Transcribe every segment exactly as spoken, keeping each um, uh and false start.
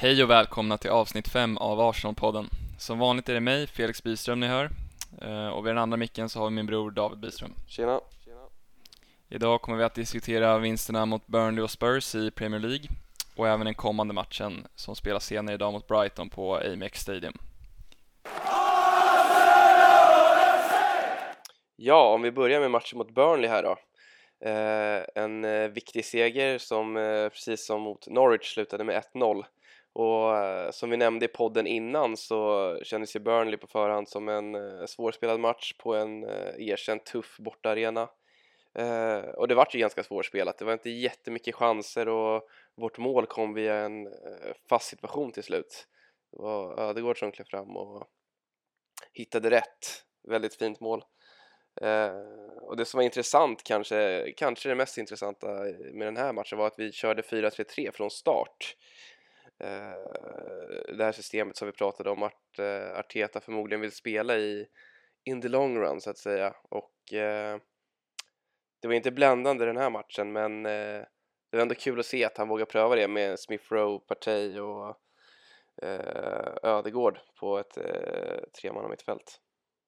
Hej och välkomna till avsnitt fem av Arsenal-podden. Som vanligt är det mig, Felix Byström, ni hör. Eh, Och vid den andra micken så har vi min bror David Byström. Tjena. Idag kommer vi att diskutera vinsterna mot Burnley och Spurs i Premier League. Och även den kommande matchen som spelas senare idag mot Brighton på Amex Stadium. Ja, om vi börjar med matchen mot Burnley här då. Eh, en eh, viktig seger som eh, precis som mot Norwich slutade med ett noll. Och eh, som vi nämnde i podden innan så kändes ju Burnley på förhand som en eh, svårspelad match på en eh, erkänt tuff bortaarena. Eh, och det var ju ganska svårspelat. Det var inte jättemycket chanser och vårt mål kom via en eh, fast situation till slut. Det var Ödegaard som klev fram och hittade rätt. Väldigt fint mål. Uh, och det som var intressant, kanske, kanske det mest intressanta med den här matchen var att vi körde fyra tre tre från start. Uh, det här systemet som vi pratade om att uh, Arteta förmodligen vill spela i in the long run så att säga. Och uh, det var inte bländande den här matchen, men uh, det var ändå kul att se att han vågar pröva det med Smith Rowe, Partey och uh, Ödegaard på ett uh, tremanna mittfält.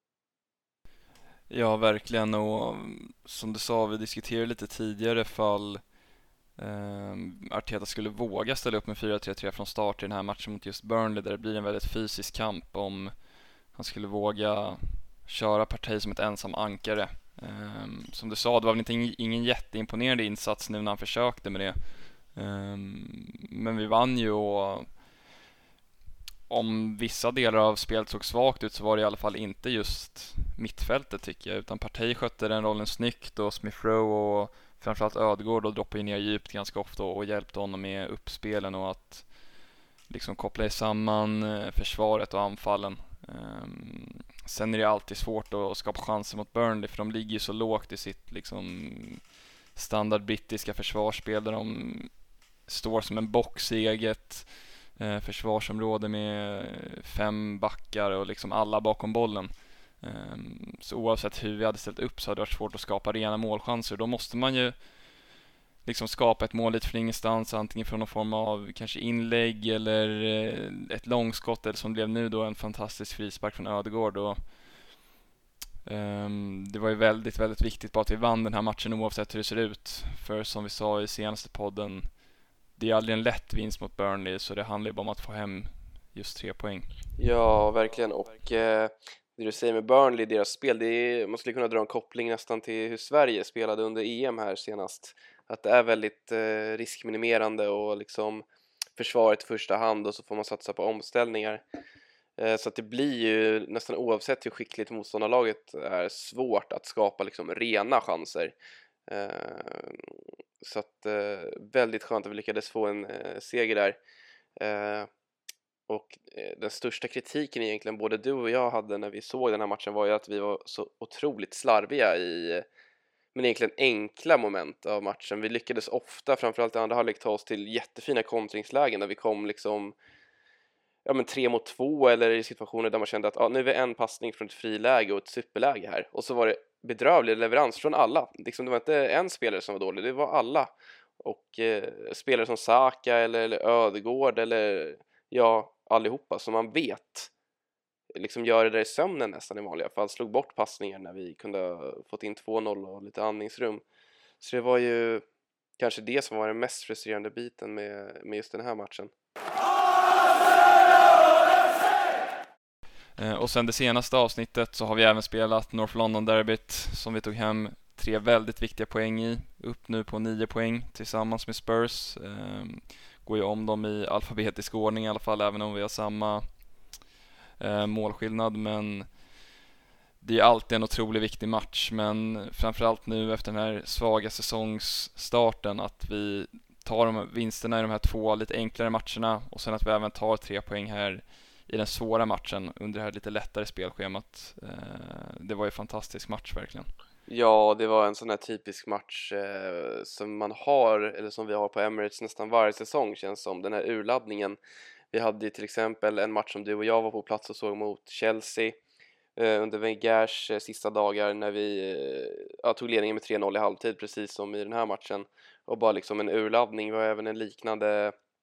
Ja, verkligen. Och som du sa, vi diskuterade lite tidigare fall eh, Arteta skulle våga ställa upp med fyra tre tre från start i den här matchen mot just Burnley, där det blir en väldigt fysisk kamp. Om han skulle våga köra Partey som ett ensam ankare. Eh, som du sa, det var väl inte ingen jätteimponerande insats nu när han försökte med det. Eh, men vi vann ju, och om vissa delar av spelet såg svagt ut så var det i alla fall inte just mittfältet tycker jag, utan Partey skötte den rollen snyggt och Smith Rowe och framförallt Ödegaard och droppade ner djupt ganska ofta och hjälpte honom med uppspelen och att liksom koppla samman försvaret och anfallen. Um, sen är det alltid svårt att skapa chanser mot Burnley, för de ligger ju så lågt i sitt liksom standard brittiska försvarsspel där de står som en box i eget eh, försvarsområde med fem backar och liksom alla bakom bollen. Um, så oavsett hur vi hade ställt upp så hade det varit svårt att skapa rena målchanser. Då måste man ju liksom skapa ett mål lite från ingenstans, antingen från någon form av kanske inlägg eller eh, ett långskott, eller som blev nu då en fantastisk frispark från Ödegaard. Och um, det var ju väldigt, väldigt viktigt på att vi vann den här matchen oavsett hur det ser ut. För som vi sa i senaste podden, det är aldrig en lätt vinst mot Burnley, så det handlar ju bara om att få hem just tre poäng. Ja, verkligen. Och eh, det du säger med Burnley, deras spel, det är, man skulle kunna dra en koppling nästan till hur Sverige spelade under E M här senast. Att det är väldigt eh, riskminimerande och liksom försvaret i första hand, och så får man satsa på omställningar. Eh, så att det blir ju nästan oavsett hur skickligt motståndarlaget är svårt att skapa liksom rena chanser. Eh, så att eh, väldigt skönt att vi lyckades få en eh, seger där. Eh, och eh, den största kritiken egentligen både du och jag hade när vi såg den här matchen var ju att vi var så otroligt slarviga i men egentligen enkla moment av matchen. Vi lyckades ofta, framförallt i andra halvlek, ta oss till jättefina kontringslägen där vi kom liksom ja men tre mot två, eller i situationer där man kände att ja, nu är vi en passning från ett friläge och ett superläge här, och så var det bedrövlig leverans från alla. Liksom, det var inte en spelare som var dålig, det var alla. Och eh, spelare som Saka eller, eller Ödegaard eller ja, allihopa som man vet liksom gör det där i sömnen nästan i vanliga fall, slog bort passningar när vi kunde ha fått in två noll och lite andningsrum. Så det var ju kanske det som var den mest frustrerande biten med, med just den här matchen. Och sen det senaste avsnittet så har vi även spelat North London Derbyt som vi tog hem tre väldigt viktiga poäng i. Upp nu på nio poäng tillsammans med Spurs. Ehm, går ju om dem i alfabetisk ordning i alla fall, även om vi har samma eh, målskillnad. Men det är alltid en otroligt viktig match. Men framförallt nu efter den här svaga säsongsstarten, att vi tar de vinsterna i de här två lite enklare matcherna, och sen att vi även tar tre poäng här i den svåra matchen under det här lite lättare spelschemat. Det var ju en fantastisk match verkligen. Ja, det var en sån här typisk match eh, som man har, eller som vi har på Emirates nästan varje säsong, känns som den här urladdningen. Vi hade ju till exempel en match som du och jag var på plats och såg mot Chelsea eh, under Wengers eh, sista dagar, när vi eh, ja, tog ledningen med tre noll i halvtid, precis som i den här matchen. Och bara liksom en urladdning. Vi har även en liknande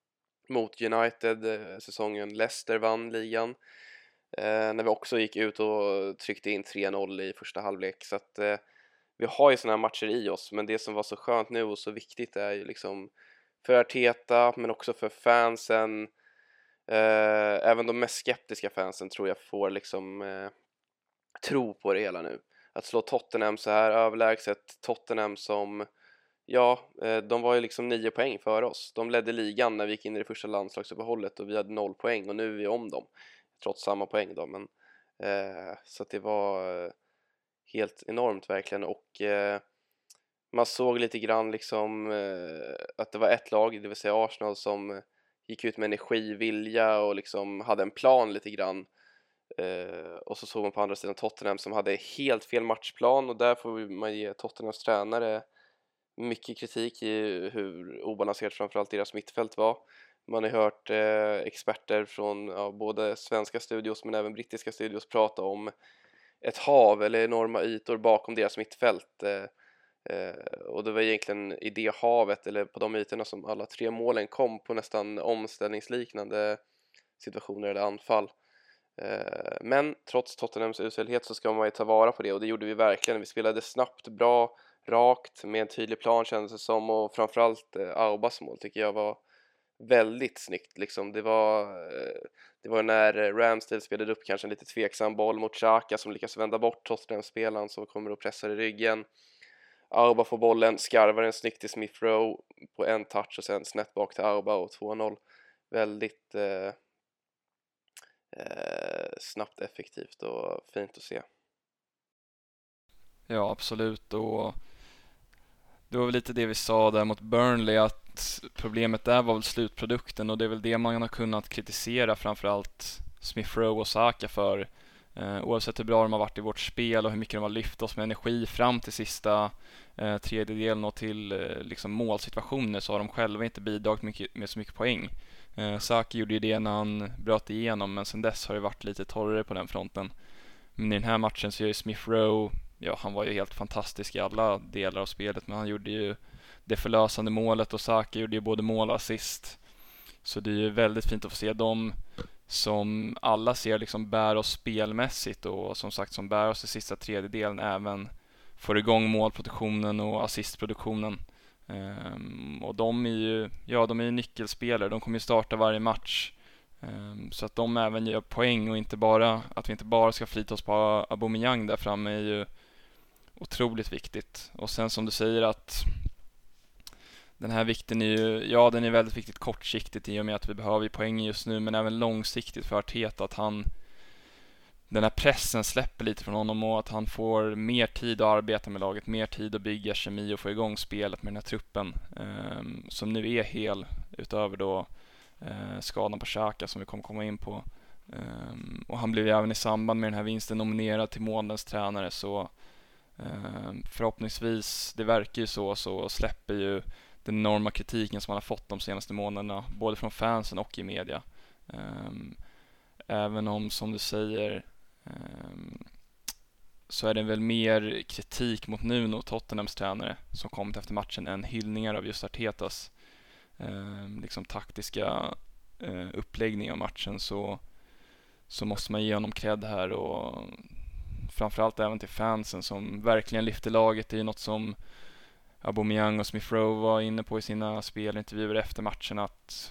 mot United, eh, säsongen Leicester vann ligan. Eh, när vi också gick ut och tryckte in tre noll i första halvlek. Så att eh, vi har ju såna här matcher i oss, men det som var så skönt nu och så viktigt är ju liksom för Arteta, men också för fansen. Eh, även de mest skeptiska fansen tror jag får liksom eh, tro på det hela nu. Att slå Tottenham så här överlägset, Tottenham som, ja, eh, de var ju liksom nio poäng före oss. De ledde ligan när vi gick in i det första landslagsuppehållet och vi hade noll poäng och nu är vi om dem, trots samma poäng då. Men, eh, så att det var eh, helt enormt verkligen. Och eh, man såg lite grann liksom eh, att det var ett lag, det vill säga Arsenal, som gick ut med energi, vilja och liksom hade en plan lite grann. Uh, och så såg man på andra sidan Tottenham som hade helt fel matchplan, och där får man ge Tottenhams tränare mycket kritik i hur obalanserat framförallt deras mittfält var. Man har hört uh, experter från ja, både svenska studios men även brittiska studios prata om ett hav eller enorma ytor bakom deras mittfält. Uh, uh, och det var egentligen i det havet eller på de ytorna som alla tre målen kom på nästan omställningsliknande situationer eller anfall. Men trots Tottenhams uselhet så ska man ju ta vara på det, och det gjorde vi verkligen. Vi spelade snabbt, bra, rakt, med en tydlig plan kändes det som, och framförallt Aubas mål tycker jag var väldigt snyggt liksom. Det var, det var när Ramsdale spelade upp kanske en lite tveksam boll mot Xhaka som lyckas vända bort Tottenham-spelaren som kommer och pressar i ryggen. Auba får bollen, skarvar den snyggt till Smith Rowe på en touch och sen snett bak till Auba och två noll. Väldigt eh, Eh, snabbt, effektivt och fint att se. Ja, absolut. Och det var väl lite det vi sa där mot Burnley, att problemet där var väl slutprodukten, och det är väl det man har kunnat kritisera framförallt Smith Rowe och Saka för. Eh, oavsett hur bra de har varit i vårt spel och hur mycket de har lyft oss med energi fram till sista eh, tredjedelen och till eh, liksom målsituationer, så har de själva inte bidragit mycket, med så mycket poäng. Eh, Saka gjorde ju det när han bröt igenom, men sen dess har det varit lite torrare på den fronten. Men i den här matchen så är ju Smith Rowe, ja, han var ju helt fantastisk i alla delar av spelet, men han gjorde ju det förlösande målet och Saka gjorde ju både mål och assist. Så det är ju väldigt fint att få se dem som alla ser liksom bär oss spelmässigt, och som sagt som bär oss i sista tredjedelen även får igång målproduktionen och assistproduktionen. Um, och de är ju, ja, de är ju nyckelspelare, de kommer ju starta varje match. Um, så att de även gör poäng, och inte bara att vi inte bara ska flyta oss på Aubameyang där framme är ju otroligt viktigt. Och sen som du säger att den här vikten är ju, ja, den är väldigt viktigt kortsiktigt i och med att vi behöver poäng just nu, men även långsiktigt för Arteta, att han, den här pressen släpper lite från honom och att han får mer tid att arbeta med laget, mer tid att bygga kemi och få igång spelet med den här truppen um, som nu är hel, utöver då uh, skadan på Xhaka som vi kommer komma in på. Um, och han blev ju även i samband med den här vinsten nominerad till månadens tränare, så um, förhoppningsvis, det verkar ju så, så släpper ju den enorma kritiken som han har fått de senaste månaderna, både från fansen och i media. Um, även om, som du säger, um, så är det väl mer kritik mot Nuno, Tottenhams tränare, som kommit efter matchen än hyllningar av just Artetas um, liksom taktiska uh, uppläggning av matchen, så, så måste man ge honom cred här, och framförallt även till fansen som verkligen lyfter laget. Det är ju något som Aubameyang och Smith Rowe var inne på i sina spelintervjuer efter matchen, att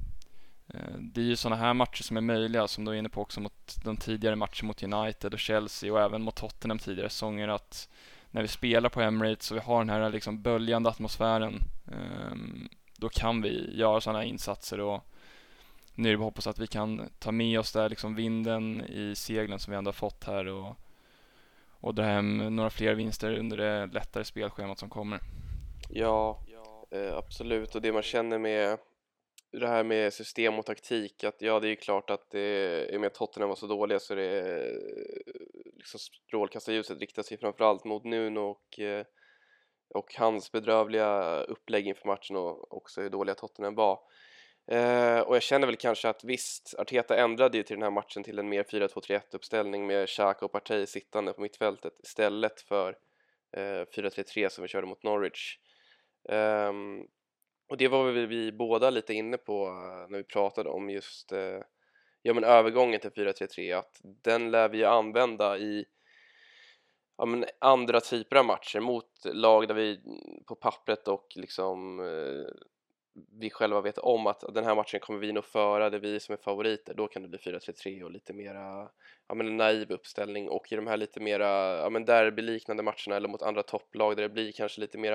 eh, det är ju sådana här matcher som är möjliga, som du är inne på också mot de tidigare matcher mot United och Chelsea och även mot Tottenham tidigare säsonger, att när vi spelar på Emirates och vi har den här liksom böljande atmosfären, eh, då kan vi göra sådana här insatser, och nu är det bara hoppas att vi kan ta med oss där liksom vinden i seglen som vi ändå har fått här, och och dra hem några fler vinster under det lättare spelschemat som kommer. Ja, eh, absolut. Och det man känner med det här med system och taktik, att ja, det är ju klart att det är med Tottenham var så dåliga, så det är, liksom strålkastarljuset riktar sig framförallt mot Nuno och, och hans bedrövliga upplägg inför matchen, och också hur dåliga Tottenham var. Uh, och jag känner väl kanske att visst, Arteta ändrade ju till den här matchen till en mer fyra två tre ett uppställning med Xhaka och Partey sittande på mittfältet istället för uh, fyra tre tre som vi körde mot Norwich. Um, Och det var väl vi båda lite inne på eh, när vi pratade om just eh, ja, men övergången till fyra tre tre, att den lär vi använda i ja, men andra typer av matcher mot lag där vi på pappret och liksom eh, vi själva vet om att den här matchen kommer vi nog föra, det är vi som är favoriter. Då kan det bli fyra tre tre och lite mera ja, men en naiv uppställning, och i de här lite mera ja, men derbyliknande matcherna eller mot andra topplag där det blir kanske lite mera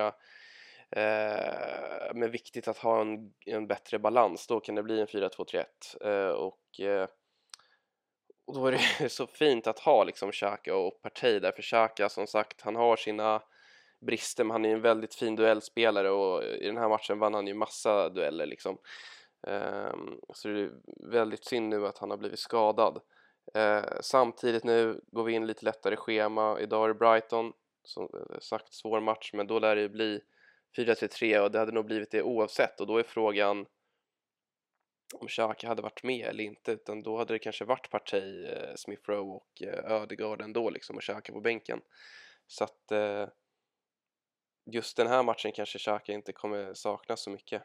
eh, men viktigt att ha en, en bättre balans, då kan det bli en fyra två tre ett eh, och eh, och då är det så fint att ha liksom Xhaka och Partey där, för Xhaka som sagt, han har sina brister, men han är ju en väldigt fin duellspelare och i den här matchen vann han ju massa dueller liksom. Um, så det är väldigt synd nu att han har blivit skadad. Uh, samtidigt nu går vi in lite lättare schema. Idag är det Brighton, som sagt svår match, men då lär det bli fyra tre tre och det hade nog blivit det oavsett, och då är frågan om Xhaka hade varit med eller inte, utan då hade det kanske varit Partey, eh, Smith Rowe och eh, Ödegaard ändå liksom, och Xhaka på bänken. Så att eh, just den här matchen kanske Xhaka inte kommer saknas så mycket.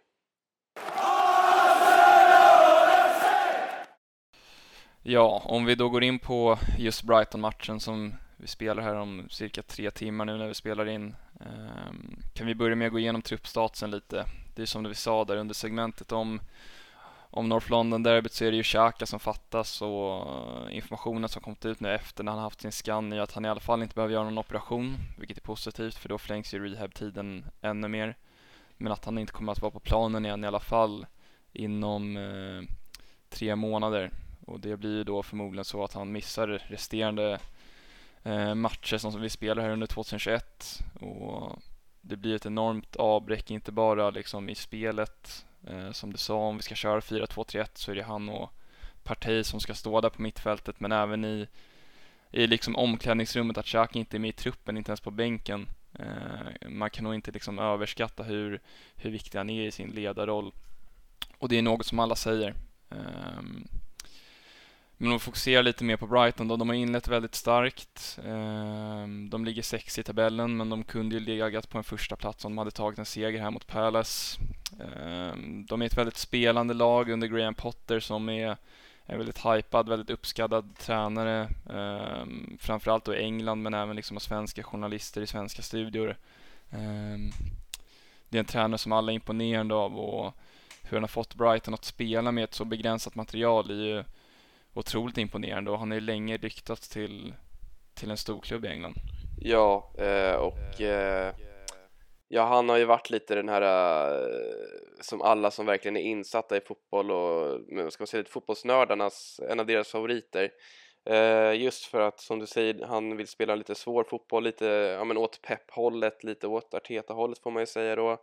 Ja, om vi då går in på just Brighton-matchen som vi spelar här om cirka tre timmar nu när vi spelar in, um, kan vi börja med att gå igenom truppstatsen lite. Det är som det vi sa där under segmentet om Om North London-derbyt, så är det ju Xhaka som fattas, och informationen som kommit ut nu efter när han haft sin scan är att han i alla fall inte behöver göra någon operation, vilket är positivt för då förlängs ju rehab-tiden ännu mer. Men att han inte kommer att vara på planen igen i alla fall inom eh, tre månader, och det blir ju då förmodligen så att han missar resterande eh, matcher som vi spelar här under tjugohundratjugoett, och det blir ett enormt avbräck, inte bara liksom i spelet. Eh, som du sa, om vi ska köra fyra två tre ett så är det han och Partey som ska stå där på mittfältet, men även i, i liksom omklädningsrummet, att Xhaka inte är med i truppen, inte ens på bänken. Eh, man kan nog inte liksom överskatta hur, hur viktig han är i sin ledarroll, och det är något som alla säger. Eh, men om vi fokuserar lite mer på Brighton då, de har inlett väldigt starkt. De ligger sex i tabellen, men de kunde ju legat på en första plats om de hade tagit en seger här mot Palace. De är ett väldigt spelande lag under Graham Potter, som är en väldigt hypad, väldigt uppskattad tränare, framförallt då i England, men även liksom av svenska journalister i svenska studior. Det är en tränare som alla är imponerade av, och hur han har fått Brighton att spela med ett så begränsat material är ju otroligt imponerande, och han är länge ryktats till, till en stor klubb i England. Ja, eh, och eh, ja, han har ju varit lite den här eh, som alla som verkligen är insatta i fotboll och ska man säga lite fotbollsnördarnas, en av deras favoriter. Eh, just för att, som du säger, han vill spela lite svår fotboll, lite ja, men åt Pep-hållet, lite åt Arteta-hållet får man ju säga då.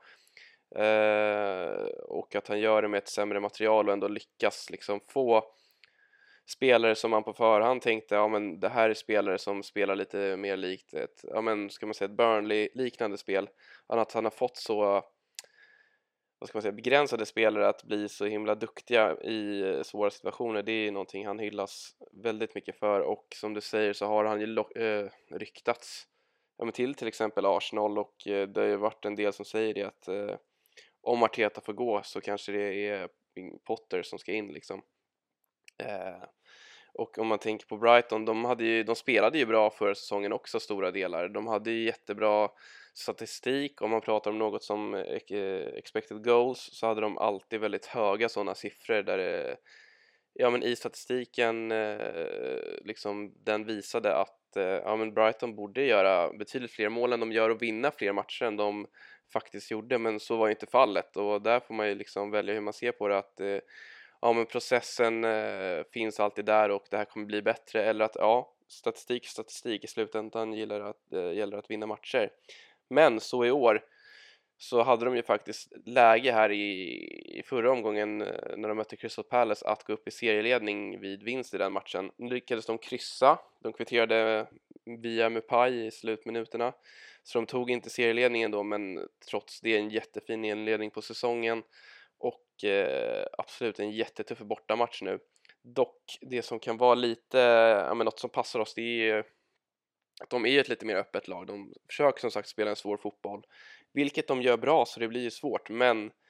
Eh, och att han gör det med ett sämre material och ändå lyckas liksom få spelare som man på förhand tänkte, ja men det här är spelare som spelar lite mer likt ett, ja men ska man säga ett Burnley-liknande spel. Att han har fått så, vad ska man säga, begränsade spelare att bli så himla duktiga i svåra situationer, det är någonting han hyllas väldigt mycket för. Och som du säger så har han ju äh, ryktats ja, men till till exempel Arsenal, och äh, det har ju varit en del som säger det att äh, om Arteta får gå så kanske det är Potter som ska in liksom. Äh, och om man tänker på Brighton, de, hade ju, de spelade ju bra förra säsongen också, stora delar. De hade ju jättebra statistik. Om man pratar om något som expected goals så hade de alltid väldigt höga sådana siffror där det, ja men i statistiken liksom den visade att ja men Brighton borde göra betydligt fler mål än de gör och vinna fler matcher än de faktiskt gjorde, men så var ju inte fallet, och där får man ju liksom välja hur man ser på det, att ja men processen eh, finns alltid där och det här kommer bli bättre, eller att ja, statistik statistik i slutändan gäller att, eh, gäller att vinna matcher. Men så i år så hade de ju faktiskt läge här i, i förra omgången eh, när de mötte Crystal Palace att gå upp i serieledning vid vinst i den matchen. Nu lyckades de kryssa, de kvitterade via Mupai i slutminuterna, så de tog inte serieledningen då, men trots det en jättefin inledning på säsongen. Och eh, absolut en jättetuff bortamatch nu. Dock, det som kan vara lite, ja men något som passar oss, det är att de är ett lite mer öppet lag. De försöker som sagt spela en svår fotboll, vilket de gör bra, så det blir ju svårt. Men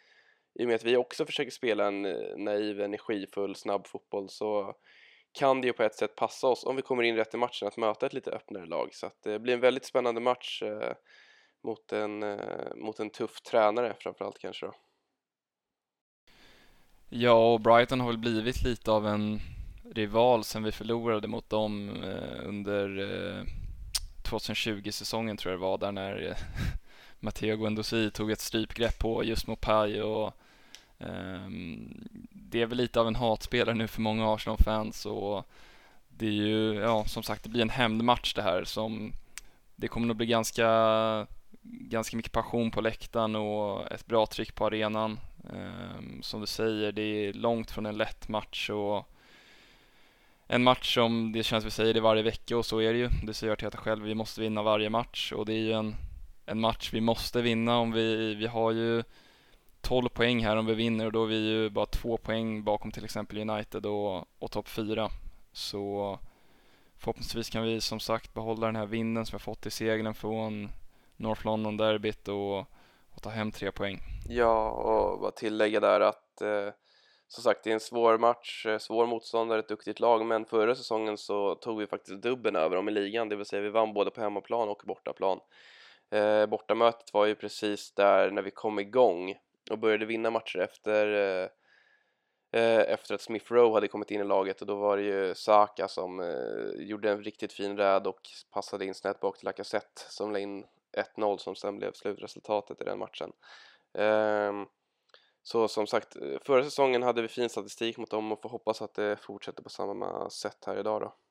i och med att vi också försöker spela en eh, naiv, energifull, snabb fotboll, så kan det ju på ett sätt passa oss om vi kommer in rätt i matchen att möta ett lite öppnare lag. Så att det blir en väldigt spännande match eh, mot, en, eh, mot en tuff tränare framförallt kanske då. Ja, och Brighton har väl blivit lite av en rival sen vi förlorade mot dem eh, under eh, tjugohundratjugo-säsongen tror jag det var, där när eh, Matteo Guendouzi tog ett strypgrepp på just Maupay, och ehm, det är väl lite av en hatspelare nu för många Arsenal-fans, och det är ju, ja, som sagt, det blir en hämndmatch det här, som det kommer nog bli ganska ganska mycket passion på läktaren och ett bra tryck på arenan. Ehm, som du säger, det är långt från en lätt match, och en match som det känns vi säger det varje vecka, och så är det ju. Det säger Arteta själv, vi måste vinna varje match, och det är ju en, en match vi måste vinna. Om vi, vi har ju tolv poäng här om vi vinner, och då är vi ju bara två poäng bakom till exempel United och, och topp fyra. Så förhoppningsvis kan vi som sagt behålla den här vinden som vi har fått i seglen från North London derbyt, och, och ta hem tre poäng. Ja, och bara tillägga där att eh, som sagt, det är en svår match, svår motståndare, ett duktigt lag, men förra säsongen så tog vi faktiskt dubben över dem i ligan, det vill säga vi vann både på hemmaplan och bortaplan. Eh, bortamötet var ju precis där när vi kom igång och började vinna matcher efter eh, efter att Smith Rowe hade kommit in i laget, och då var det ju Saka som eh, gjorde en riktigt fin räd och passade in snett bak till Lacazette som la in ett noll som sen blev slutresultatet i den matchen. Um, så som sagt, förra säsongen hade vi fin statistik mot dem och får hoppas att det fortsätter på samma sätt här idag då.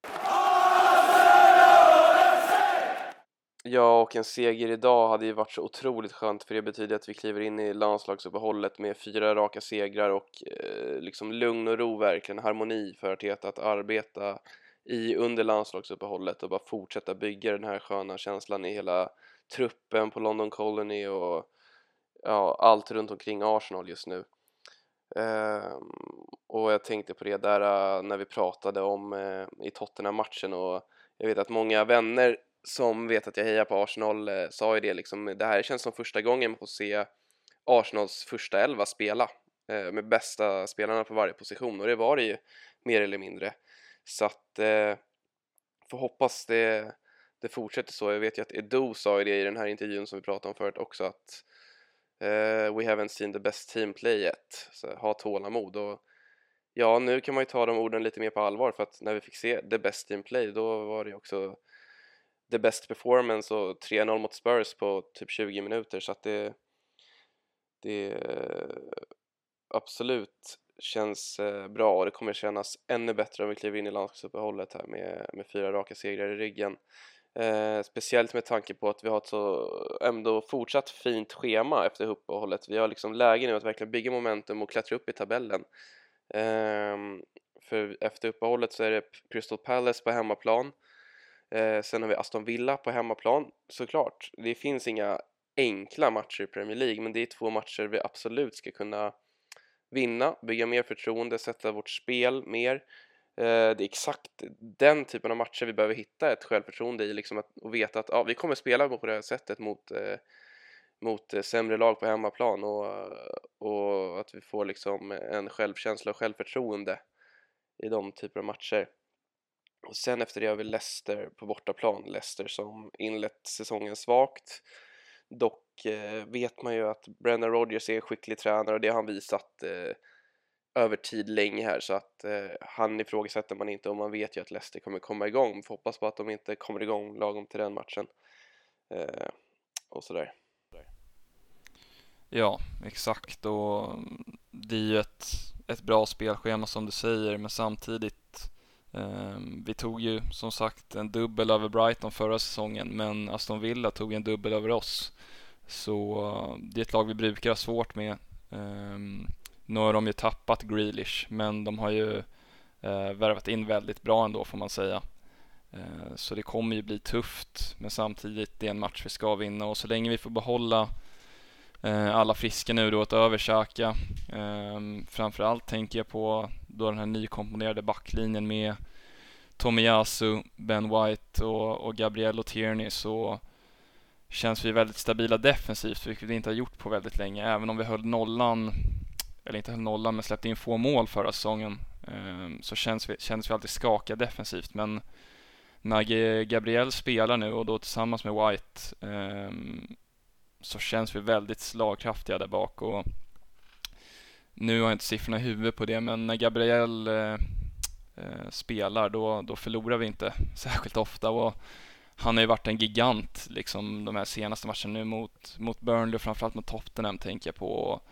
Ja, och en seger idag hade ju varit så otroligt skönt, för det betyder att vi kliver in i landslagsuppehållet med fyra raka segrar och eh, liksom lugn och ro, verkligen harmoni för Arteta att arbeta i under landslagsuppehållet och bara fortsätta bygga den här sköna känslan i hela truppen på London Colony och ja, allt runt omkring Arsenal just nu. Um, och jag tänkte på det där uh, när vi pratade om uh, i Tottenham-matchen, och jag vet att många vänner som vet att jag hejar på Arsenal uh, sa ju det liksom, det här känns som första gången man får se Arsenals första elva spela uh, med bästa spelarna på varje position, och det var det ju mer eller mindre. Så att uh, får hoppas det, det fortsätter så. Jag vet ju att Edo sa ju det i den här intervjun som vi pratade om förut också, att Uh, we haven't seen the best team play yet. Så ha tålamod, och ja, nu kan man ju ta de orden lite mer på allvar, för att när vi fick se the best team play, då var det också the best performance och tre noll mot Spurs på typ tjugo minuter, så att det det absolut känns bra, och det kommer kännas ännu bättre om vi kliver in i landslagsuppehållet här med, med fyra raka segrar i ryggen. Eh, speciellt med tanke på att vi har ett så ändå fortsatt fint schema efter uppehållet. Vi har liksom läge nu att verkligen bygga momentum och klättra upp i tabellen. Eh, för efter uppehållet så är det Crystal Palace på hemmaplan. Eh, sen har vi Aston Villa på hemmaplan, såklart. Det finns inga enkla matcher i Premier League, men det är två matcher vi absolut ska kunna vinna, bygga mer förtroende, sätta vårt spel mer. Det är exakt den typen av matcher vi behöver hitta ett självförtroende i, liksom att, och veta att ja, vi kommer spela på det här sättet mot, eh, mot eh, sämre lag på hemmaplan, och, och att vi får liksom en självkänsla och självförtroende i de typer av matcher. Och sen efter det har vi Leicester på bortaplan, Leicester som inlett säsongen svagt. Dock eh, vet man ju att Brendan Rodgers är en skicklig tränare, och det har han visat eh, över tid länge här, så att eh, han ifrågasätter man inte, och man vet ju att Leicester kommer komma igång. Man får hoppas på att de inte kommer igång lagom till den matchen eh, och sådär. Ja, exakt, och det är ju ett, ett bra spelschema som du säger, men samtidigt eh, vi tog ju som sagt en dubbel över Brighton förra säsongen, men Aston Villa tog en dubbel över oss, så uh, det är ett lag vi brukar ha svårt med. eh, Nu har de ju tappat Grealish, men de har ju eh, värvat in väldigt bra ändå, får man säga. Eh, så det kommer ju bli tufft, men samtidigt det är en match vi ska vinna, och så länge vi får behålla eh, alla friska nu då, att över Xhaka. Eh, framförallt tänker jag på då den här nykomponerade backlinjen med Tomiyasu, Ben White och, och Gabriel och Tierney, så känns vi väldigt stabila defensivt, vilket vi inte har gjort på väldigt länge. Även om vi höll nollan, eller inte höll nollan, men släppte in få mål förra säsongen, så känns vi, känns vi alltid skaka defensivt. Men när Gabriel spelar nu och då tillsammans med White, så känns vi väldigt slagkraftiga där bak. Och nu har jag inte siffrorna i huvudet på det, men när Gabriel eh, spelar då, då förlorar vi inte särskilt ofta. Och han har ju varit en gigant liksom de här senaste matcherna nu mot, mot Burnley och framförallt mot Tottenham tänker jag på.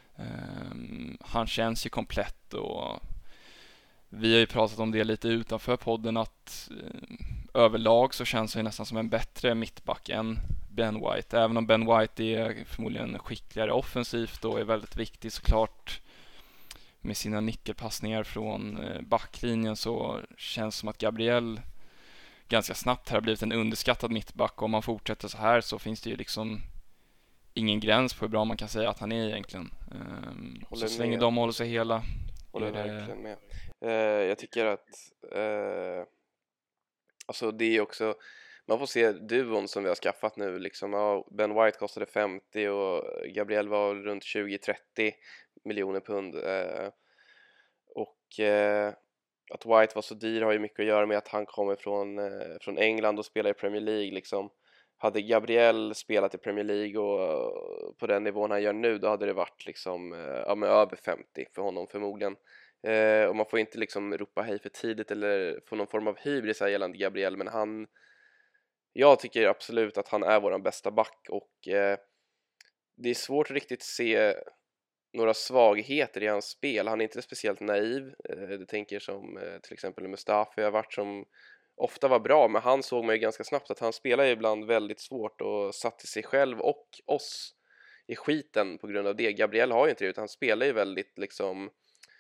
Um, han känns ju komplett och vi har ju pratat om det lite utanför podden att uh, överlag så känns han nästan som en bättre mittback än Ben White. Även om Ben White är förmodligen skickligare offensivt och är väldigt viktig såklart med sina nickelpassningar från uh, backlinjen, så känns det som att Gabriel ganska snabbt här har blivit en underskattad mittback. Och om man fortsätter så här så finns det ju liksom ingen gräns på hur bra man kan säga att han är egentligen. Um, så så länge de håller sig hela. Håller det... verkligen med. Uh, jag tycker att uh, alltså det är också, man får se duon som vi har skaffat nu liksom. Ja, Ben White kostade femtio och Gabriel var runt tjugo trettio miljoner pund. Uh, och uh, att White var så dyr har ju mycket att göra med att han kommer från, uh, från England och spelar i Premier League liksom. Hade Gabriel spelat i Premier League och på den nivån han gör nu, då hade det varit liksom, ja, men över femtio för honom förmodligen. Eh, och man får inte liksom ropa hej för tidigt eller få någon form av hybris här gällande Gabriel, men han, jag tycker absolut att han är våran bästa back och eh, det är svårt att riktigt se några svagheter i hans spel. Han är inte speciellt naiv. Eh, du tänker som eh, till exempel Mustafi har varit, som ofta var bra, men han såg man ju ganska snabbt att han spelar ibland väldigt svårt och satte sig själv och oss i skiten på grund av det. Gabriel har ju inte det, utan han spelar ju väldigt liksom,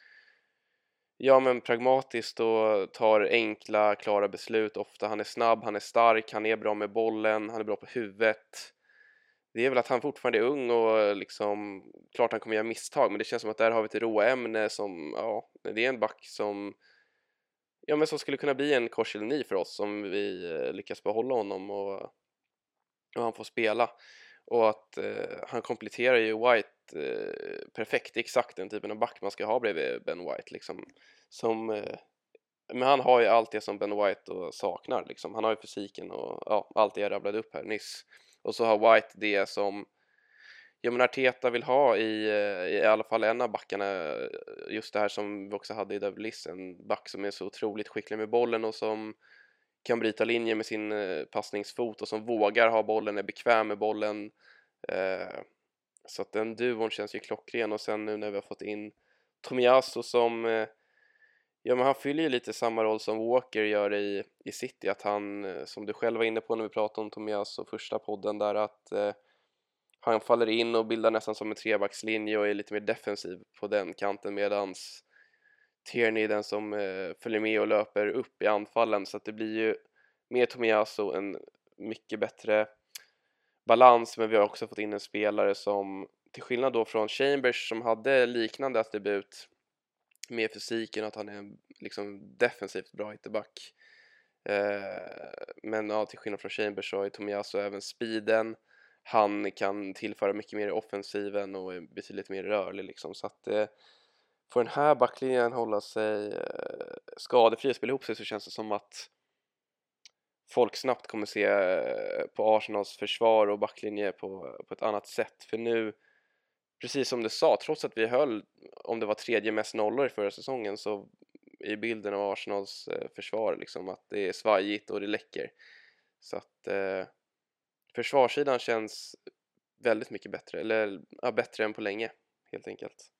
ja men pragmatiskt och tar enkla, klara beslut ofta. Han är snabb, han är stark, han är bra med bollen, han är bra på huvudet. Det är väl att han fortfarande är ung och liksom, klart han kommer göra misstag, men det känns som att där har vi ett råämne som, ja, det är en back som Ja, men som skulle kunna bli en Korselny för oss om vi eh, lyckas behålla honom och, och han får spela. Och att eh, han kompletterar ju White eh, perfekt, exakt den typen av back man ska ha bredvid Ben White liksom. Som, eh, men han har ju allt det som Ben White och saknar liksom. Han har ju fysiken och ja, allt det jag rabblade upp här nyss. Och så har White det som Ja, men Arteta vill ha i, i alla fall en av backarna, just det här som vi också hade i Davlis, en back som är så otroligt skicklig med bollen och som kan bryta linjer med sin eh, passningsfot och som vågar ha bollen, är bekväm med bollen. Eh, så att den duon känns ju klockren. Och sen nu när vi har fått in Tomiyasu som, eh, ja men han fyller ju lite samma roll som Walker gör i, i City, att han, eh, som du själv var inne på när vi pratade om Tomiyasu första podden där, att eh, han faller in och bildar nästan som en trebackslinje och är lite mer defensiv på den kanten, medans Tierney är den som eh, följer med och löper upp i anfallen. Så att det blir ju med Tomiyasu en mycket bättre balans. Men vi har också fått in en spelare som, till skillnad då från Chambers som hade liknande attribut med fysiken, att han är en liksom defensivt bra ytterback. Eh, men ja, till skillnad från Chambers så har Tomiyasu även speeden. Han kan tillföra mycket mer i offensiven och är betydligt mer rörlig liksom. Så att eh, för den här backlinjen hålla sig eh, skadefri och spela ihop sig, så känns det som att folk snabbt kommer se eh, på Arsenals försvar och backlinje på, på ett annat sätt. För nu, precis som du sa, trots att vi höll, om det var tredje mest nollor i förra säsongen, så är bilden av Arsenals eh, försvar liksom att det är svajigt och det läcker. Så att eh, försvarssidan känns väldigt mycket bättre, eller ja, bättre än på länge helt enkelt.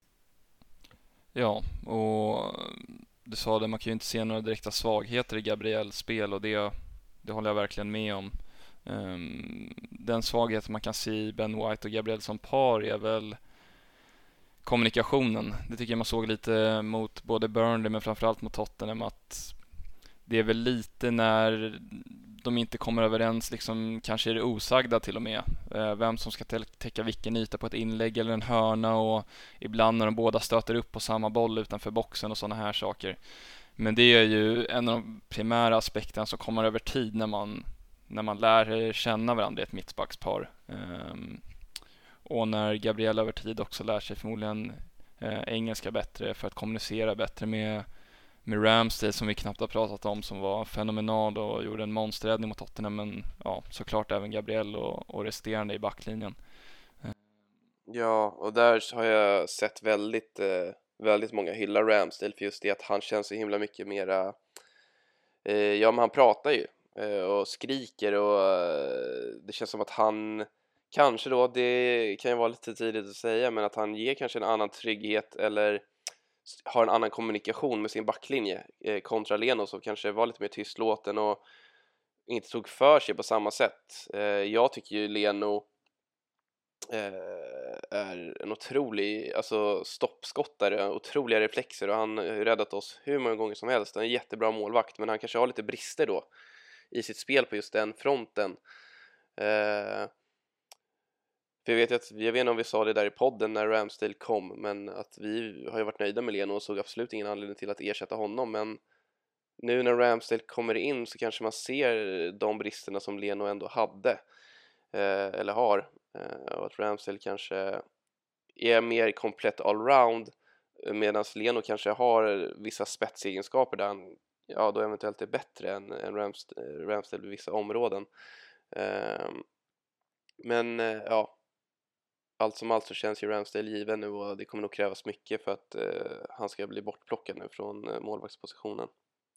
Ja, och du sa det, man kan ju inte se några direkta svagheter i Gabriels spel, och det, det håller jag verkligen med om. Um, den svaghet man kan se i Ben White och Gabriel som par är väl kommunikationen. Det tycker jag man såg lite mot både Burnley men framförallt mot Tottenham, att det är väl lite när de inte kommer överens, liksom, kanske är det osagda till och med, vem som ska täcka vilken yta på ett inlägg eller en hörna, och ibland när de båda stöter upp på samma boll utanför boxen och sådana här saker. Men det är ju en av de primära aspekterna som kommer över tid när man, när man lär känna varandra i ett mittbackspar. Um, och när Gabriel över tid också lär sig förmodligen uh, engelska bättre för att kommunicera bättre med, med Ramsdale, som vi knappt har pratat om, som var fenomenal och gjorde en monsterräddning mot Tottenham, men ja, såklart även Gabriel och, och resterande i backlinjen. Ja, och där har jag sett väldigt, eh, väldigt många hylla Ramsdale för just det att han känns så himla mycket mera, eh, ja men han pratar ju eh, och skriker och eh, det känns som att han kanske då, det kan ju vara lite tidigt att säga, men att han ger kanske en annan trygghet eller har en annan kommunikation med sin backlinje eh, kontra Leno, som kanske var lite mer tystlåten och inte tog för sig på samma sätt. Eh, jag tycker ju Leno Eh, är en otrolig alltså stoppskottare, otroliga reflexer, och han har räddat oss hur många gånger som helst. Han är en jättebra målvakt, men han kanske har lite brister då i sitt spel på just den fronten. Eh, för jag vet att, jag vet inte om vi sa det där i podden när Ramsdale kom, men att vi har ju varit nöjda med Leno och såg absolut ingen anledning till att ersätta honom, men nu när Ramsdale kommer in så kanske man ser de bristerna som Leno ändå hade eh, eller har. Och att Ramsdale kanske är mer komplett allround, medan Leno kanske har vissa spetsegenskaper där han ja, då eventuellt är bättre än, än Ramsdale, Ramsdale i vissa områden. Men ja, allt som allt så känns ju Ramsdale given nu, och det kommer nog krävas mycket för att han ska bli bortplockad nu från målvaktspositionen.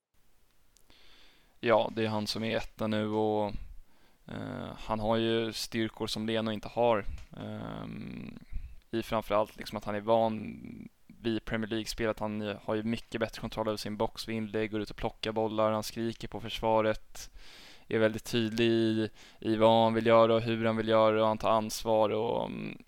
Ja, det är han som är etta nu, och Uh, han har ju styrkor som Leno inte har. Um, I framförallt liksom att han är van vid Premier League-spelet. Han har ju mycket bättre kontroll över sin box vid inlägg, går ut och plockar bollar, han skriker på försvaret, är väldigt tydlig i, i vad han vill göra och hur han vill göra, och han tar ansvar. Och um,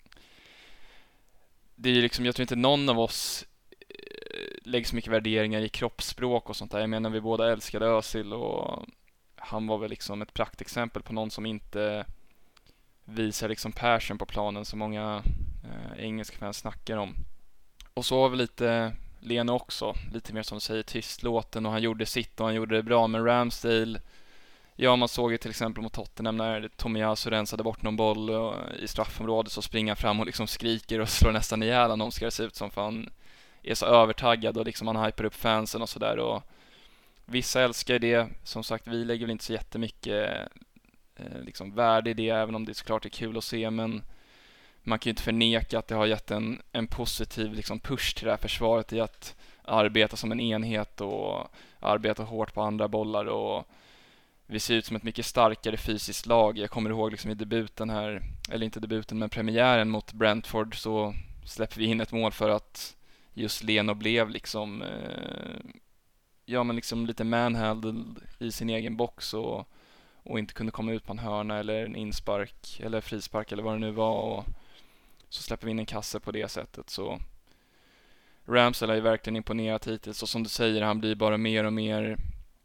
det är liksom, jag tror inte någon av oss lägger så mycket värderingar i kroppsspråk och sånt där. Jag menar, vi båda älskade Özil, och han var väl liksom ett praktexempel på någon som inte visar liksom passion på planen som många eh, engelska fans snackar om. Och så var väl lite Leno också, lite mer som du säger tystlåten, och han gjorde sitt och han gjorde det bra. Men Ramsdale, ja, man såg ju till exempel mot Tottenham när Tomiyasu rensade bort någon boll i straffområdet, så springer han fram och liksom skriker och slår nästan ihjäl honom, ska det se ut som, för han är så övertaggad och liksom han hyper upp fansen och sådär. Och vissa älskar det, som sagt, vi lägger väl inte så jättemycket eh, liksom värde i det, även om det såklart är kul att se, men man kan ju inte förneka att det har gett en, en positiv liksom push till det här försvaret i att arbeta som en enhet och arbeta hårt på andra bollar, och vi ser ut som ett mycket starkare fysiskt lag. Jag kommer ihåg liksom i debuten här, eller inte debuten men premiären mot Brentford, så släpper vi in ett mål för att just Leno blev liksom eh, ja men liksom lite manhandled i sin egen box, och, och inte kunde komma ut på en hörna eller en inspark eller frispark eller vad det nu var, och så släpper vi in en kasse på det sättet. Så Ramsdale har ju verkligen imponerat hittills, och som du säger, han blir bara mer och mer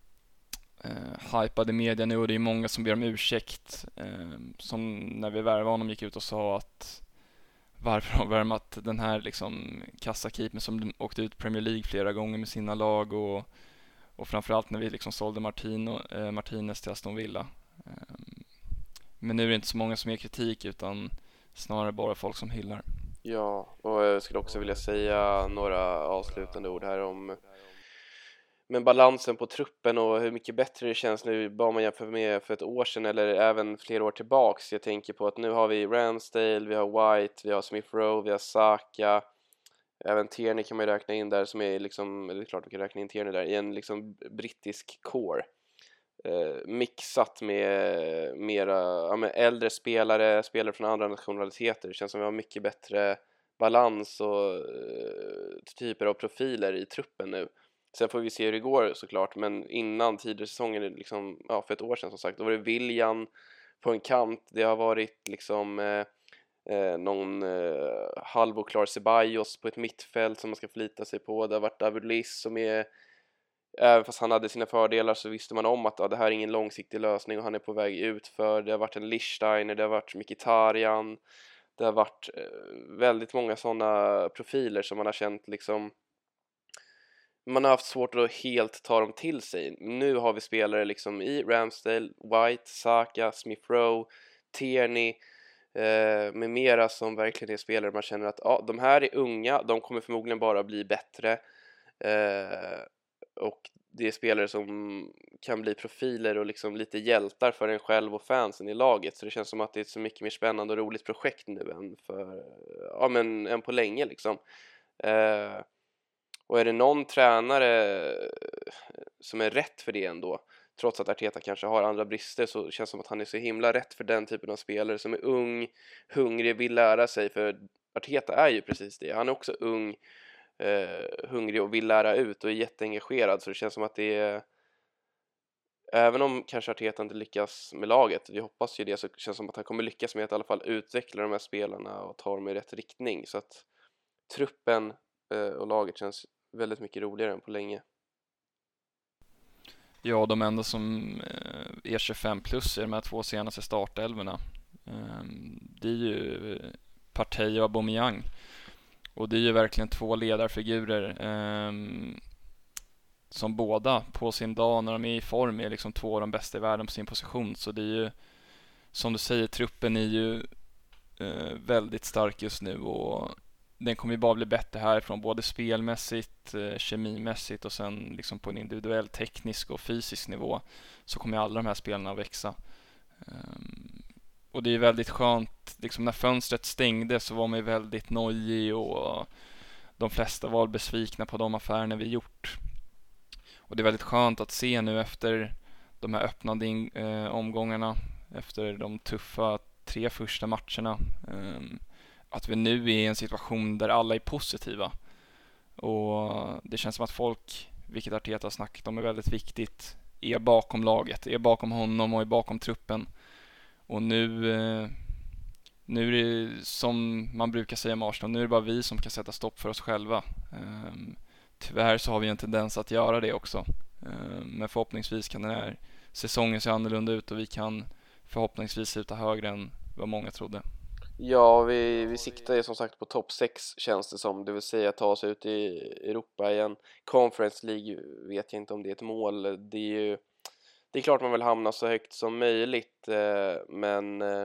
eh, hypad i media nu, och det är många som ber om ursäkt, eh, som när vi värvade honom gick ut och sa att varför har värmat den här liksom kassakeepen som åkte ut Premier League flera gånger med sina lag, och, och framförallt när vi liksom sålde Martino, eh, Martinez till Aston Villa. Eh, men nu är det inte så många som ger kritik, utan snarare bara folk som hyllar. Ja, och jag skulle också vilja säga några avslutande ord här om men balansen på truppen och hur mycket bättre det känns nu, bara man jämför med för ett år sedan eller även flera år tillbaks. Jag tänker på att nu har vi Ramsdale, vi har White, vi har Smith Rowe, vi har Saka, även Tierney kan man ju räkna in där, som är liksom, eller det är klart vi kan räkna in Tierney där, i en liksom brittisk core. Eh, mixat med mera ja, med äldre spelare, spelare från andra nationaliteter. Det känns som vi har mycket bättre balans och eh, typer av profiler i truppen nu. Sen får vi se hur det går såklart, men innan tidigare säsongen, liksom, ja, för ett år sedan som sagt, då var det Willian på en kant. Det har varit liksom eh, eh, någon eh, halvoklar Ceballos på ett mittfält som man ska förlita sig på. Det har varit David Luiz som är, även fast han hade sina fördelar så visste man om att ja, det här är ingen långsiktig lösning och han är på väg ut för. Det har varit en Lichtsteiner, det har varit Mkhitaryan, det har varit eh, väldigt många sådana profiler som man har känt liksom man har haft svårt att helt ta dem till sig. Nu har vi spelare liksom i Ramsdale, White, Saka, Smith Rowe, Tierney eh, med mera som verkligen är spelare man känner att ja, de här är unga, de kommer förmodligen bara bli bättre eh, och det är spelare som kan bli profiler och liksom lite hjältar för en själv och fansen i laget, så det känns som att det är ett så mycket mer spännande och roligt projekt nu än, för, ja, men, än på länge liksom. Eh, och är det någon tränare som är rätt för det ändå, trots att Arteta kanske har andra brister, så känns det som att han är så himla rätt för den typen av spelare som är ung, hungrig, vill lära sig, för Arteta är ju precis det. Han är också ung, eh, hungrig och vill lära ut och är jätteengagerad, så det känns som att det är, även om kanske Arteta inte lyckas med laget, vi hoppas ju det, så känns det som att han kommer lyckas med att i alla fall utveckla de här spelarna och ta dem i rätt riktning, så att truppen eh, och laget känns väldigt mycket roligare än på länge. Ja, de enda som är tjugofem plus i de här två senaste startelvorna, det är ju Partey och Aubameyang. Och det är ju verkligen två ledarfigurer som båda på sin dag när de är i form är liksom två av de bästa i världen på sin position. Så det är ju, som du säger, truppen är ju väldigt stark just nu och den kommer ju bara bli bättre härifrån, både spelmässigt, kemimässigt och sen liksom på en individuell, teknisk och fysisk nivå, så kommer alla de här spelarna att växa. Och det är väldigt skönt, liksom när fönstret stängde så var man ju väldigt nojig och de flesta var besvikna på de affärerna vi gjort. Och det är väldigt skönt att se nu efter de här öppnade in, eh, omgångarna, efter de tuffa tre första matcherna, eh, att vi nu är i en situation där alla är positiva. Och det känns som att folk, vilket Arteta har snackat om är väldigt viktigt, är bakom laget, är bakom honom och är bakom truppen. Och nu, eh, nu är det som man brukar säga med Arsenal, nu är det bara vi som kan sätta stopp för oss själva. Um, tyvärr så har vi en tendens att göra det också. Um, men förhoppningsvis kan den här säsongen se annorlunda ut och vi kan förhoppningsvis sluta högre än vad många trodde. Ja, vi, vi siktar ju som sagt på topp sex känns det som, det vill säga ta oss ut i Europa igen. Conference League vet jag inte om det är ett mål, det är ju, det är klart man vill hamna så högt som möjligt, eh, men eh,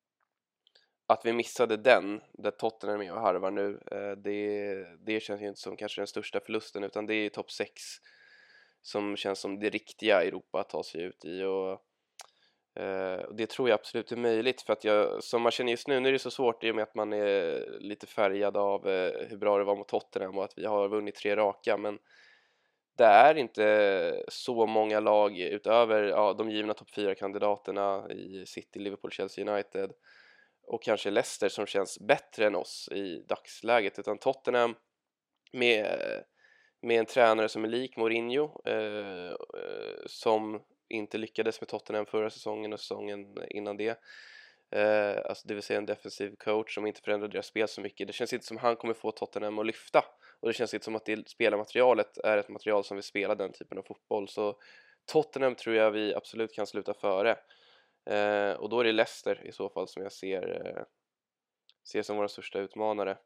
att vi missade den, där Tottenham är med och harvar nu, eh, det, det känns ju inte som kanske den största förlusten, utan det är topp sex som känns som det riktiga Europa att ta sig ut i, och Uh, och det tror jag absolut är möjligt, för att jag, som man känner just nu, nu är det så svårt i och med att man är lite färgad av uh, hur bra det var mot Tottenham och att vi har vunnit tre raka, men det är inte så många lag utöver ja, de givna topp fyra kandidaterna i City, Liverpool, Chelsea, United och kanske Leicester som känns bättre än oss i dagsläget, utan Tottenham med, med en tränare som är lik Mourinho, uh, uh, som inte lyckades med Tottenham förra säsongen och säsongen innan det, eh, alltså det vill säga en defensiv coach som inte förändrar deras spel så mycket. Det känns inte som han kommer få Tottenham att lyfta, och det känns inte som att det spelarmaterialet är ett material som vill spela den typen av fotboll, så Tottenham tror jag vi absolut kan sluta före, eh, och då är det Leicester i så fall som jag ser, eh, ser som våra största utmanare,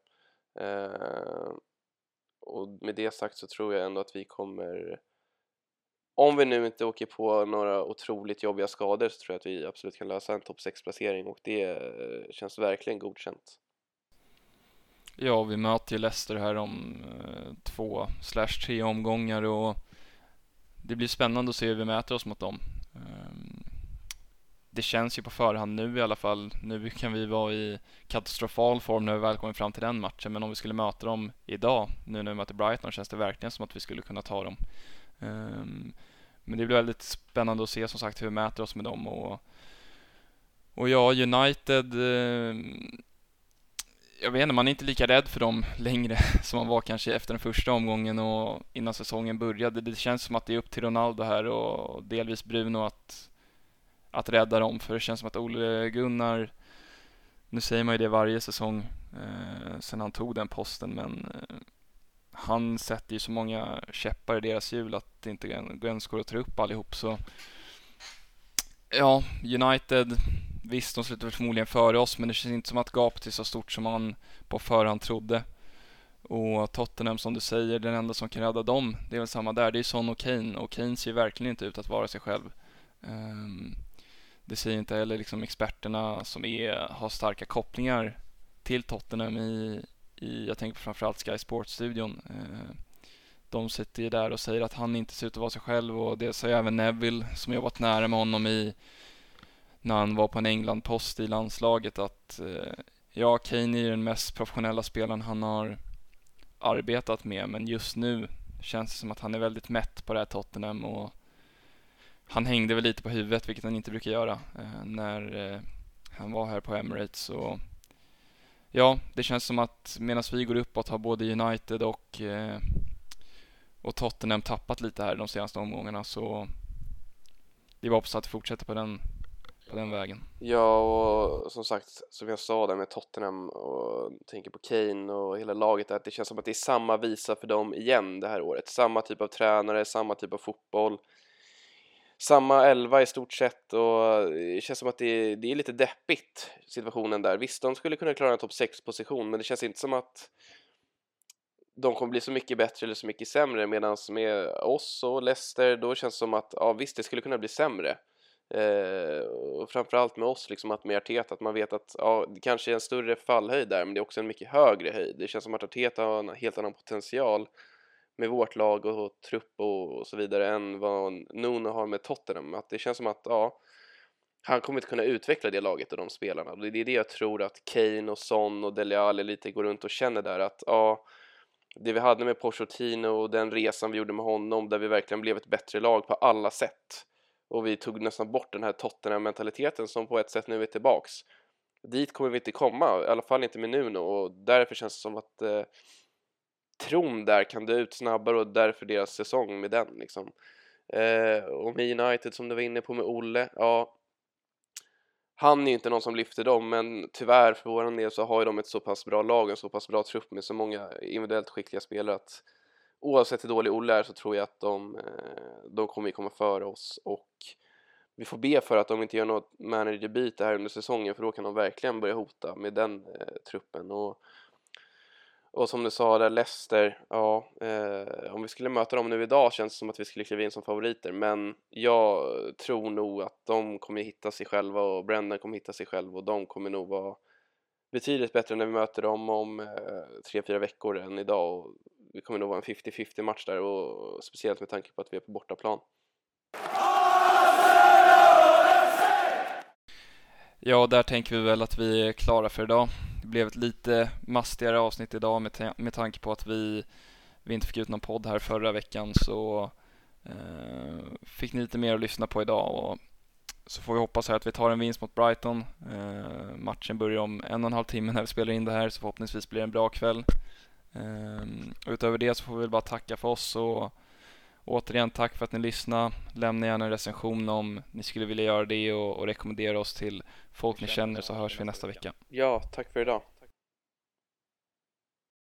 eh, och med det sagt så tror jag ändå att vi kommer, om vi nu inte åker på några otroligt jobbiga skador, så tror jag att vi absolut kan lösa en topp sex-placering, och det känns verkligen godkänt. Ja, vi möter ju Leicester här om eh, två slash tre omgångar och det blir spännande att se hur vi mäter oss mot dem. Um, det känns ju på förhand nu i alla fall, nu kan vi vara i katastrofal form när vi väl kommer fram till den matchen, men om vi skulle möta dem idag, nu när vi möter Brighton, känns det verkligen som att vi skulle kunna ta dem. Um, men det blir väldigt spännande att se som sagt hur vi mäter oss med dem, och, och ja, United, uh, jag vet inte, man är inte lika rädd för dem längre som man var kanske efter den första omgången och innan säsongen började. Det känns som att det är upp till Ronaldo här och delvis Bruno att, att rädda dem, för det känns som att Ole Gunnar, nu säger man ju det varje säsong eh, sen han tog den posten, men eh, han sätter ju så många käppar i deras hjul att det inte ens går att ta upp allihop. Så ja, United, visst de slutar förmodligen före oss, men det känns inte som att gapet är så stort som man på förhand trodde. Och Tottenham, som du säger, den enda som kan rädda dem, det är väl samma där, det är Son och Kane, och Kane ser verkligen inte ut att vara sig själv. Um, det säger inte heller liksom experterna som är, har starka kopplingar till Tottenham i, i jag tänker på framförallt Sky Sports-studion. Uh, de sitter ju där och säger att han inte ser ut att vara sig själv, och det säger även Neville som jobbat nära med honom i, när han var på en England-post i landslaget, att uh, ja, Kane är den mest professionella spelaren han har arbetat med, men just nu känns det som att han är väldigt mätt på det här Tottenham, och han hängde väl lite på huvudet, vilket han inte brukar göra eh, när eh, han var här på Emirates. Och ja, det känns som att medan vi går uppåt har både United och eh, och Tottenham tappat lite här de senaste omgångarna, så det var hoppas att fortsätta på den på den vägen. Ja, och som sagt, som jag sa där med Tottenham och tänker på Kane och hela laget, att det känns som att det är samma visa för dem igen det här året. Samma typ av tränare, samma typ av fotboll, samma elva i stort sett, och det känns som att det är, det är lite deppigt situationen där. Visst, de skulle kunna klara en topp sex position, men det känns inte som att de kommer bli så mycket bättre eller så mycket sämre, medan med oss och Leicester, då känns det som att ja, visst, det skulle kunna bli sämre. Eh, och framförallt med oss, liksom, att med Arteta, att man vet att ja, det kanske är en större fallhöjd där, men det är också en mycket högre höjd. Det känns som att Arteta har en helt annan potential med vårt lag och, och trupp och, och så vidare än vad Nuno har med Tottenham. Att det känns som att ja, han kommer inte kunna utveckla det laget och de spelarna. Det är det jag tror att Kane och Son och Dele Alli lite går runt och känner där, att ja, det vi hade med Pochettino och den resan vi gjorde med honom, där vi verkligen blev ett bättre lag på alla sätt, och vi tog nästan bort den här Tottenham-mentaliteten som på ett sätt nu är tillbaks. Dit kommer vi inte komma, i alla fall inte med Nuno, och därför känns det som att eh, tron där kan dö ut snabbare, och därför deras säsong med den liksom. Eh, och med United, som du var inne på med Olle, ja, han är ju inte någon som lyfter dem, men tyvärr för våran del så har ju de ett så pass bra lag, en så pass bra trupp med så många individuellt skickliga spelare, att oavsett hur dålig Olle är så tror jag att de, de kommer ju komma före oss, och vi får be för att de inte gör något managerbyte här under säsongen, för då kan de verkligen börja hota med den eh, truppen. Och, och som du sa där, Leicester, ja, eh, om vi skulle möta dem nu idag känns det som att vi skulle kliva in som favoriter, men jag tror nog att de kommer hitta sig själva, och Brendan kommer hitta sig själv, och de kommer nog vara betydligt bättre när vi möter dem om eh, tre, fyra veckor än idag, och vi kommer nog vara en femtio femtio match där, och speciellt med tanke på att vi är på bortaplan. Ja, där tänker vi väl att vi är klara för idag. Det blev ett lite mastigare avsnitt idag med, ta- med tanke på att vi, vi inte fick ut någon podd här förra veckan, så eh, fick ni lite mer att lyssna på idag, och så får vi hoppas här att vi tar en vinst mot Brighton. Eh, matchen börjar om en och en halv timme när vi spelar in det här, så förhoppningsvis blir det en bra kväll. Um, utöver det så får vi väl bara tacka för oss, och återigen tack för att ni lyssnade. Lämna gärna en recension om ni skulle vilja göra det, och, och rekommendera oss till folk ni känner, så hörs vi nästa vecka. Ja, tack för idag.